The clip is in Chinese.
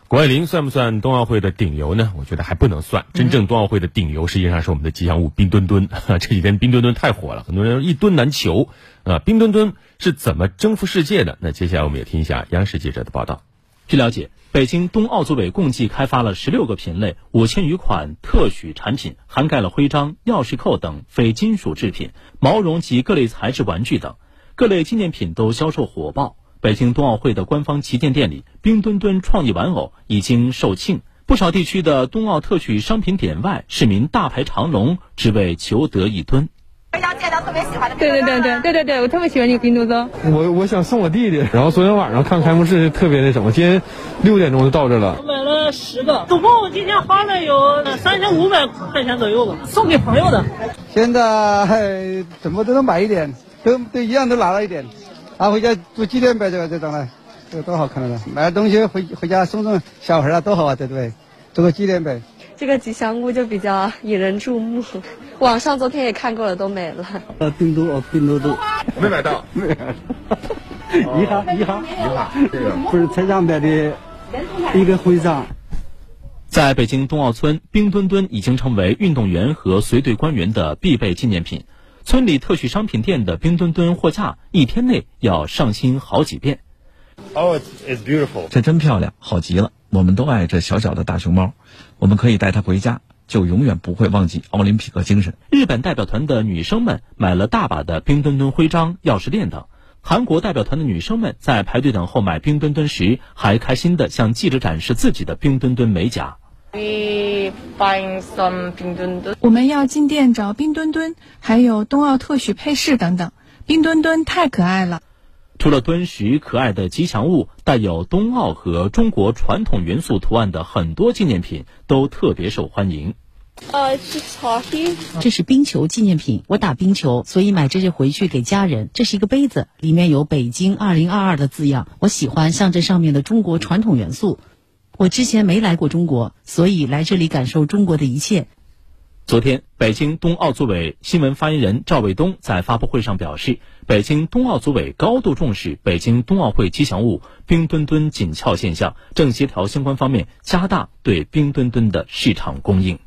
520算不算冬奥会的顶流呢？我觉得还不能算。真正冬奥会的顶流实际上是我们的吉祥物冰墩墩。这几天冰墩墩太火了，很多人一墩难求。冰墩墩是怎么征服世界的？那接下来我们也听一下央视记者的报道。 据了解，北京冬奥组委共计开发了16个品类，5000余款特许产品，涵盖了徽章、钥匙扣等非金属制品、毛绒及各类材质玩具等，各类纪念品都销售火爆。北京冬奥会的官方旗舰店里，冰墩墩创意玩偶已经售罄，不少地区的冬奥特许商品点外，市民大排长龙，只为求得一墩。 非常见到特别喜欢的。 对，我特别喜欢这个冰墩墩。 我想送我弟弟，然后昨天晚上看开幕式特别那什么，今天6点钟就到这了。 我买了10个，总共我今天花了有3500块钱左右吧，送给朋友的。 现在怎么都能买一点，都一样都拿了一点，拿回家做纪念呗，这种的，这个多好看的了。买了东西回家送小孩啊，多好啊，对不对？做个纪念呗。 这个吉祥物就比较引人注目，网上昨天也看过了，都没了。 冰墩墩， 没买到， 遗憾，这个不是才上面的一个徽章。 在北京冬奥村，冰墩墩已经成为运动员和随队官员的必备纪念品。村里特许商品店的冰墩墩货架1天内要上新好几遍。 Oh, it's beautiful. 这真漂亮，好极了。我们都爱这小小的大熊猫，我们可以带它回家，就永远不会忘记奥林匹克精神。 日本代表团的女生们买了大把的冰墩墩徽章、钥匙链等。韩国代表团的女生们在排队等候买冰墩墩时，还开心地向记者展示自己的冰墩墩美甲。 我们要进店找冰墩墩，还有冬奥特许配饰等等。冰墩墩太可爱了。 除了墩石可爱的吉祥物，带有冬奥和中国传统元素图案的很多纪念品都特别受欢迎。 这是冰球纪念品，我打冰球，所以买这些回去给家人。这是一个杯子，里面有北京2022的字样，我喜欢象征上面的中国传统元素。我之前没来过中国，所以来这里感受中国的一切。 昨天，北京冬奥组委新闻发言人赵卫东在发布会上表示，北京冬奥组委高度重视北京冬奥会吉祥物冰墩墩紧俏现象，正协调相关方面加大对冰墩墩的市场供应。